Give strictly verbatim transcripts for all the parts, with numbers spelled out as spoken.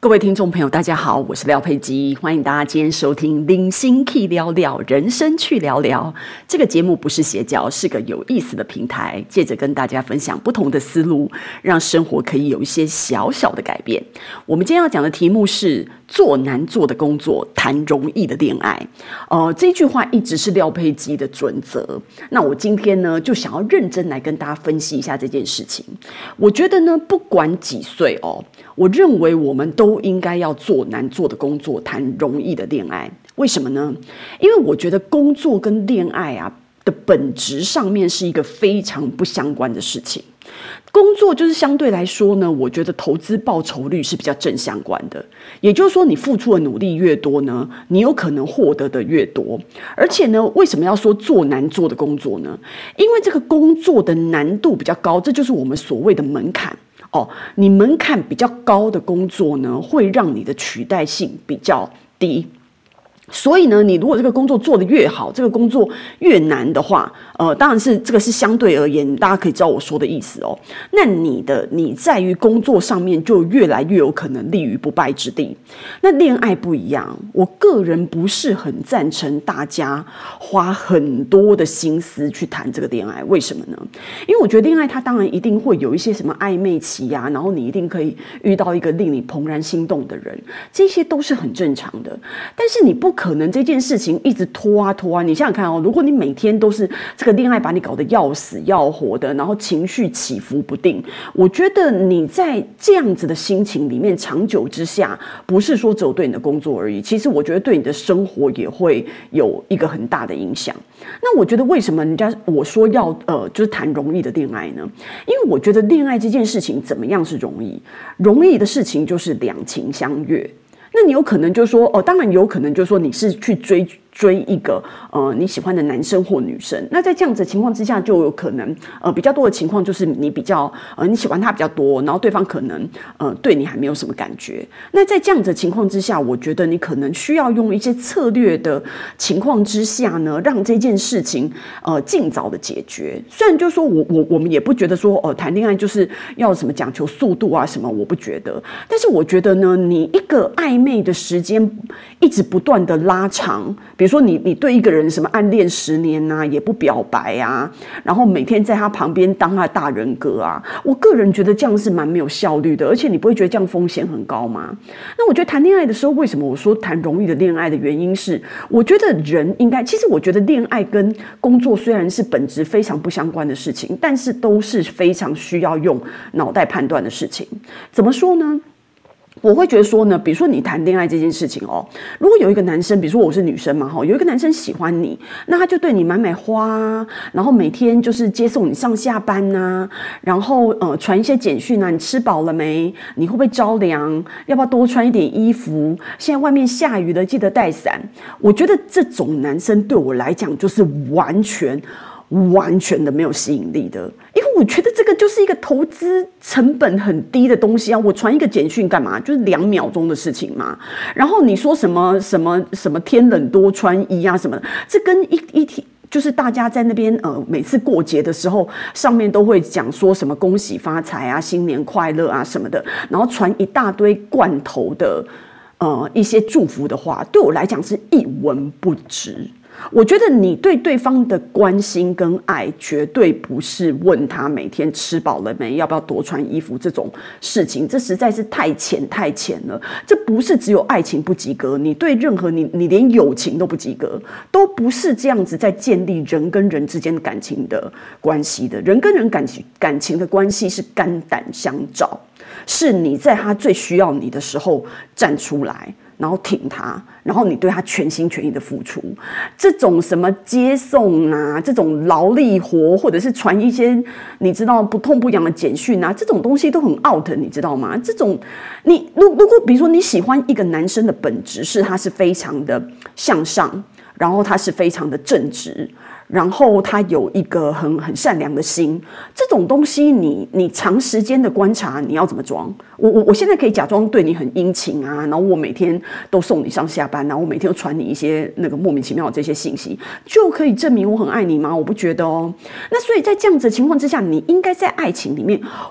各位听众朋友，大家好，我是廖佩基，欢迎大家今天收听《零星 K 聊聊人生去聊聊》这个节目，不是邪教，是个有意思的平台，借着跟大家分享不同的思路，让生活可以有一些小小的改变。我们今天要讲的题目是做难做的工作，谈容易的恋爱。呃，这句话一直是廖佩基的准则。那我今天呢，就想要认真来跟大家分析一下这件事情。我觉得呢，不管几岁哦，我认为我们都应该要做难做的工作，谈容易的恋爱。为什么呢？因为我觉得工作跟恋爱啊的本质上面是一个非常不相关的事情。工作就是相对来说呢，我觉得投资报酬率是比较正相关的，也就是说你付出的努力越多呢，你有可能获得的越多。而且呢，为什么要说做难做的工作呢？因为这个工作的难度比较高，这就是我们所谓的门槛。哦，你门槛比较高的工作呢，会让你的取代性比较低。所以呢，你如果这个工作做得越好，这个工作越难的话，呃，当然是这个是相对而言，大家可以知道我说的意思哦。那你的你在于工作上面就越来越有可能立于不败之地。那恋爱不一样，我个人不是很赞成大家花很多的心思去谈这个恋爱。为什么呢？因为我觉得恋爱它当然一定会有一些什么暧昧期啊，然后你一定可以遇到一个令你怦然心动的人，这些都是很正常的。但是你不可能这件事情一直拖啊拖啊，你想想看哦，如果你每天都是这个恋爱把你搞得要死要活的，然后情绪起伏不定，我觉得你在这样子的心情里面长久之下，不是说只有对你的工作而已，其实我觉得对你的生活也会有一个很大的影响。那我觉得为什么人家我说要呃就是谈容易的恋爱呢？因为我觉得恋爱这件事情怎么样是容易？容易的事情就是两情相悦。那你有可能就说哦，当然有可能就说你是去追追一个呃你喜欢的男生或女生。那在这样子的情况之下，就有可能呃比较多的情况就是你比较呃你喜欢他比较多，然后对方可能呃对你还没有什么感觉。那在这样子的情况之下，我觉得你可能需要用一些策略的情况之下呢，让这件事情呃尽早的解决。虽然就是说我我我们也不觉得说哦谈恋爱就是要什么讲求速度啊什么，我不觉得。但是我觉得呢，你一个暧昧的时间一直不断的拉长。比如说你你对一个人什么暗恋十年啊，也不表白啊，然后每天在他旁边当他大人哥啊，我个人觉得这样是蛮没有效率的，而且你不会觉得这样风险很高吗？那我觉得谈恋爱的时候，为什么我说谈容易的恋爱的原因是，我觉得人应该，其实我觉得恋爱跟工作虽然是本质非常不相关的事情，但是都是非常需要用脑袋判断的事情。怎么说呢？我会觉得说呢，比如说你谈恋爱这件事情哦，如果有一个男生，比如说我是女生嘛，哈，有一个男生喜欢你，那他就对你买买花啊，然后每天就是接送你上下班啊，然后呃传一些简讯啊，你吃饱了没？你会不会着凉？要不要多穿一点衣服？现在外面下雨了，记得带伞。我觉得这种男生对我来讲就是完全。完全的没有吸引力的，因为我觉得这个就是一个投资成本很低的东西啊！我传一个简讯干嘛？就是两秒钟的事情嘛。然后你说什么什么什么天冷多穿衣啊什么的，这跟一一天就是大家在那边呃每次过节的时候，上面都会讲说什么恭喜发财啊、新年快乐啊什么的，然后传一大堆罐头的呃一些祝福的话，对我来讲是一文不值。我觉得你对对方的关心跟爱，绝对不是问他每天吃饱了没，要不要多穿衣服这种事情，这实在是太浅太浅了。这不是只有爱情不及格，你对任何你你连友情都不及格，都不是这样子在建立人跟人之间感情的关系的。人跟人感情感情的关系是肝胆相照，是你在他最需要你的时候站出来。然后挺他，然后你对他全心全意的付出，这种什么接送啊，这种劳力活，或者是传一些你知道不痛不痒的简讯啊，这种东西都很 out， 你知道吗？这种你如如果比如说你喜欢一个男生的本质是他是非常的向上，然后他是非常的正直。然后他有一个很很善良的心，这种东西你你长时间的观察，你要怎么装？我我我现在可以假装对你很殷勤啊，然后我每天都送你上下班，然后我每天都传你一些那个莫名其妙的这些信息，就可以证明我很爱你吗？我不觉得哦。那所以在这样子的情况之下，你应该在爱情里面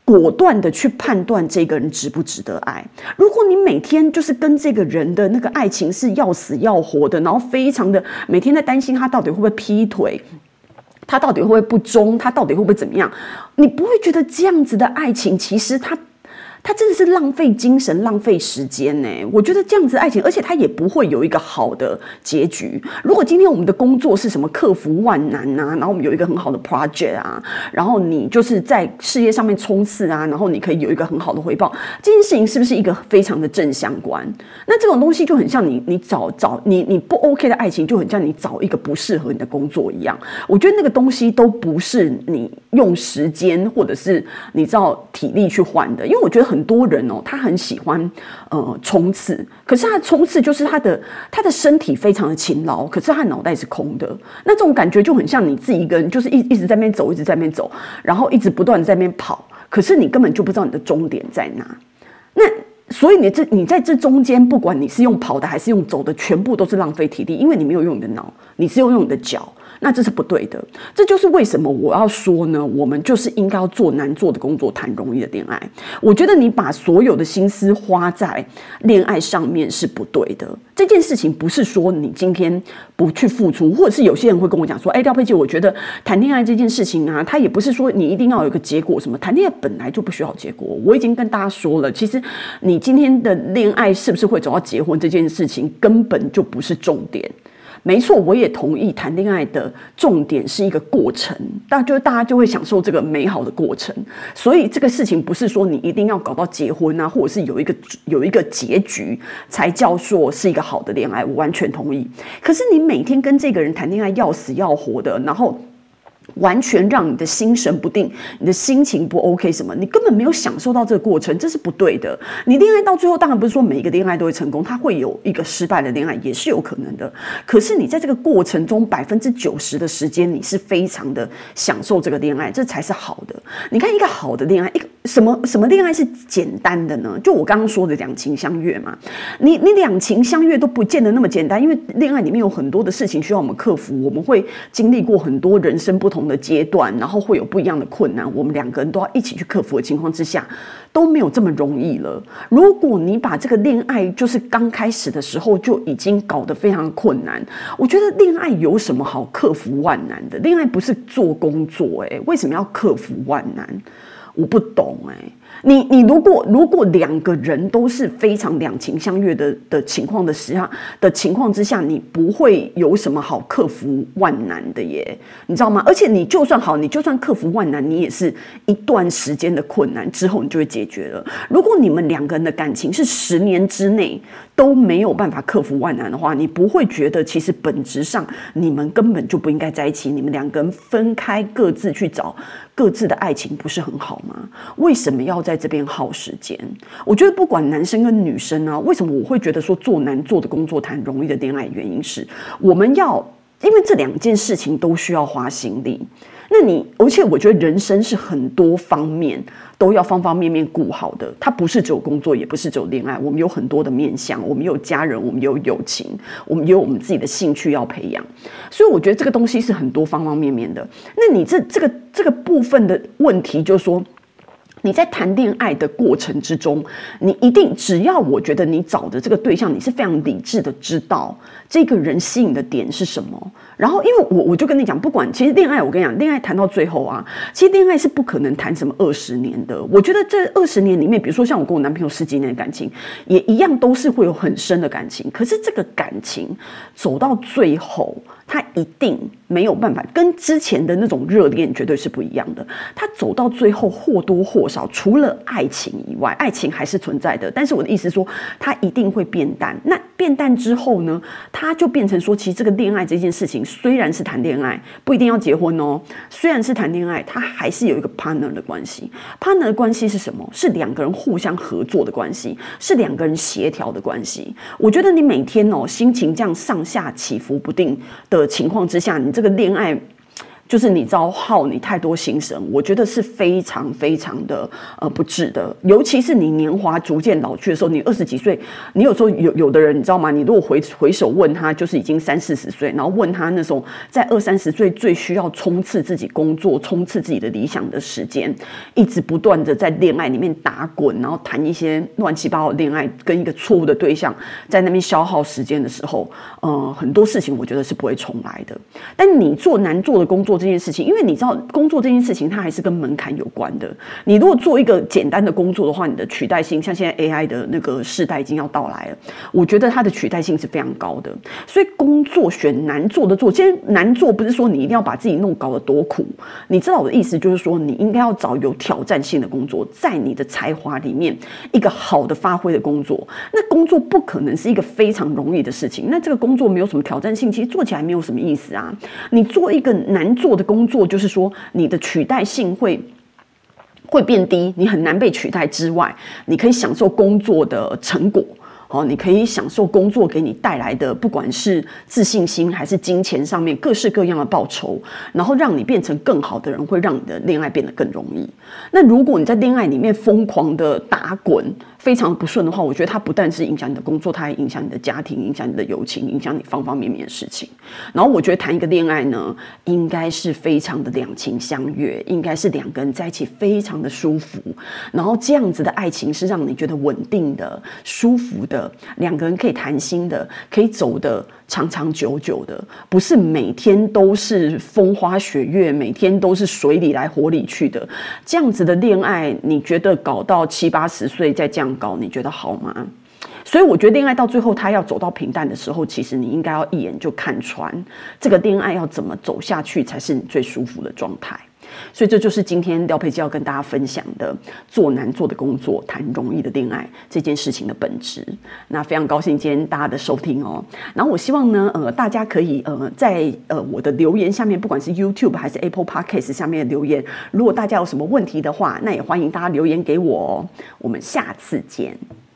果断的去判断这个人值不值得爱。如果你每天就是跟这个人的那个爱情是要死要活的，然后非常的每天在担心他到底会不会劈腿，他到底会不会不忠，他到底会不会怎么样，你不会觉得这样子的爱情其实他他真的是浪费精神、浪费时间呢。我觉得这样子的爱情，而且他也不会有一个好的结局。如果今天我们的工作是什么克服万难啊，然后我们有一个很好的 project 啊，然后你就是在事业上面冲刺啊，然后你可以有一个很好的回报，这件事情是不是一个非常的正相关？那这种东西就很像你你找找你你不 OK 的爱情，就很像你找一个不适合你的工作一样。我觉得那个东西都不是你用时间或者是你知道体力去换的，因为我觉得很多人哦，他很喜欢呃冲刺，可是他的冲刺就是他的他的身体非常的勤劳，可是他脑袋是空的。那这种感觉就很像你自己一个人，就是一一直在那边走，一直在那边走，然后一直不断的在那边跑，可是你根本就不知道你的终点在哪。那所以你这你在这中间，不管你是用跑的还是用走的，全部都是浪费体力，因为你没有用你的脑，你是用用你的脚。那这是不对的，这就是为什么我要说呢，我们就是应该要做难做的工作，谈容易的恋爱。我觉得你把所有的心思花在恋爱上面是不对的。这件事情不是说你今天不去付出，或者是有些人会跟我讲说，哎，廖佩琪，我觉得谈恋爱这件事情啊，它也不是说你一定要有一个结果什么，谈恋爱本来就不需要结果。我已经跟大家说了，其实你今天的恋爱是不是会走到结婚这件事情，根本就不是重点。没错，我也同意谈恋爱的重点是一个过程，大就大家就会享受这个美好的过程。所以这个事情不是说你一定要搞到结婚啊，或者是有一个有一个结局才叫做是一个好的恋爱，我完全同意。可是你每天跟这个人谈恋爱要死要活的，然后完全让你的心神不定，你的心情不 OK 什么，你根本没有享受到这个过程，这是不对的。你恋爱到最后，当然不是说每一个恋爱都会成功，它会有一个失败的恋爱，也是有可能的。可是你在这个过程中，百分之九十的时间，你是非常的享受这个恋爱，这才是好的。你看一个好的恋爱，一个什么什么恋爱是简单的呢？就我刚刚说的两情相悦嘛，你你两情相悦都不见得那么简单，因为恋爱里面有很多的事情需要我们克服，我们会经历过很多人生不同的阶段，然后会有不一样的困难，我们两个人都要一起去克服的情况之下，都没有这么容易了。如果你把这个恋爱就是刚开始的时候就已经搞得非常困难，我觉得恋爱有什么好克服万难的？恋爱不是做工作，欸，为什么要克服万难？我不懂哎，欸。你你如果如果两个人都是非常两情相悦的的情况的时下的情况之下，你不会有什么好克服万难的耶，你知道吗？而且你就算好，你就算克服万难，你也是一段时间的困难之后，你就会解决了。如果你们两个人的感情是十年之内都没有办法克服万难的话，你不会觉得其实本质上你们根本就不应该在一起，你们两个人分开各自去找各自的爱情，不是很好吗？为什么要在这边耗时间？我觉得不管男生跟女生啊，为什么我会觉得说做难做的工作谈容易的恋爱？原因是我们要，因为这两件事情都需要花心力。那你，而且我觉得人生是很多方面都要方方面面顾好的，它不是只有工作，也不是只有恋爱，我们有很多的面向，我们有家人，我们有友情，我们有我们自己的兴趣要培养，所以我觉得这个东西是很多方方面面的。那你这这个这个部分的问题，就是说，你在谈恋爱的过程之中，你一定只要我觉得你找的这个对象，你是非常理智的知道这个人吸引的点是什么。然后，因为我我就跟你讲，不管其实恋爱，我跟你讲，恋爱谈到最后啊，其实恋爱是不可能谈什么二十年的。我觉得这二十年里面，比如说像我跟我男朋友十几年的感情，也一样都是会有很深的感情。可是这个感情走到最后，它一定没有办法跟之前的那种热恋绝对是不一样的。它走到最后或多或少，除了爱情以外，爱情还是存在的。但是我的意思是说，它一定会变淡。那变淡之后呢，它就变成说，其实这个恋爱这件事情虽然是谈恋爱，不一定要结婚哦。虽然是谈恋爱，它还是有一个 partner 的关系。partner 的关系是什么？是两个人互相合作的关系，是两个人协调的关系。我觉得你每天哦心情这样上下起伏不定的情况之下，你这个恋爱就是你知道耗你太多心神，我觉得是非常非常的呃不智的。尤其是你年华逐渐老去的时候，你二十几岁，你有时候有有的人你知道吗？你如果回回首问他，就是已经三四十岁，然后问他那时候在二三十岁最需要冲刺自己工作、冲刺自己的理想的时间，一直不断的在恋爱里面打滚，然后谈一些乱七八糟的恋爱，跟一个错误的对象在那边消耗时间的时候，呃，很多事情我觉得是不会重来的。但你做难做的工作这件事情，因为你知道工作这件事情它还是跟门槛有关的。你如果做一个简单的工作的话，你的取代性，像现在 A I 的那个世代已经要到来了，我觉得它的取代性是非常高的。所以工作选难做的做，其实难做不是说你一定要把自己弄搞得多苦，你知道我的意思就是说，你应该要找有挑战性的工作，在你的才华里面一个好的发挥的工作。那工作不可能是一个非常容易的事情，那这个工作没有什么挑战性，其实做起来没有什么意思啊。你做一个难做的工作，就是说你的取代性会会变低，你很难被取代之外，你可以享受工作的成果。哦，你可以享受工作给你带来的，不管是自信心还是金钱上面各式各样的报酬，然后让你变成更好的人，会让你的恋爱变得更容易。那如果你在恋爱里面疯狂的打滚，非常不顺的话，我觉得它不但是影响你的工作，它还影响你的家庭，影响你的友情，影响你方方面面的事情。然后我觉得谈一个恋爱呢，应该是非常的两情相悦，应该是两个人在一起非常的舒服，然后这样子的爱情是让你觉得稳定的、舒服的，两个人可以谈心的，可以走的长长久久的，不是每天都是风花雪月，每天都是水里来火里去的。这样子的恋爱，你觉得搞到七八十岁再这样搞，你觉得好吗？所以我觉得恋爱到最后他要走到平淡的时候，其实你应该要一眼就看穿这个恋爱要怎么走下去才是你最舒服的状态。所以这就是今天廖佩基要跟大家分享的做难做的工作，谈容易的恋爱这件事情的本质。那非常高兴今天大家的收听哦。然后我希望呢，呃，大家可以呃在呃我的留言下面，不管是 YouTube 还是 Apple Podcast 下面的留言，如果大家有什么问题的话，那也欢迎大家留言给我哦。我们下次见。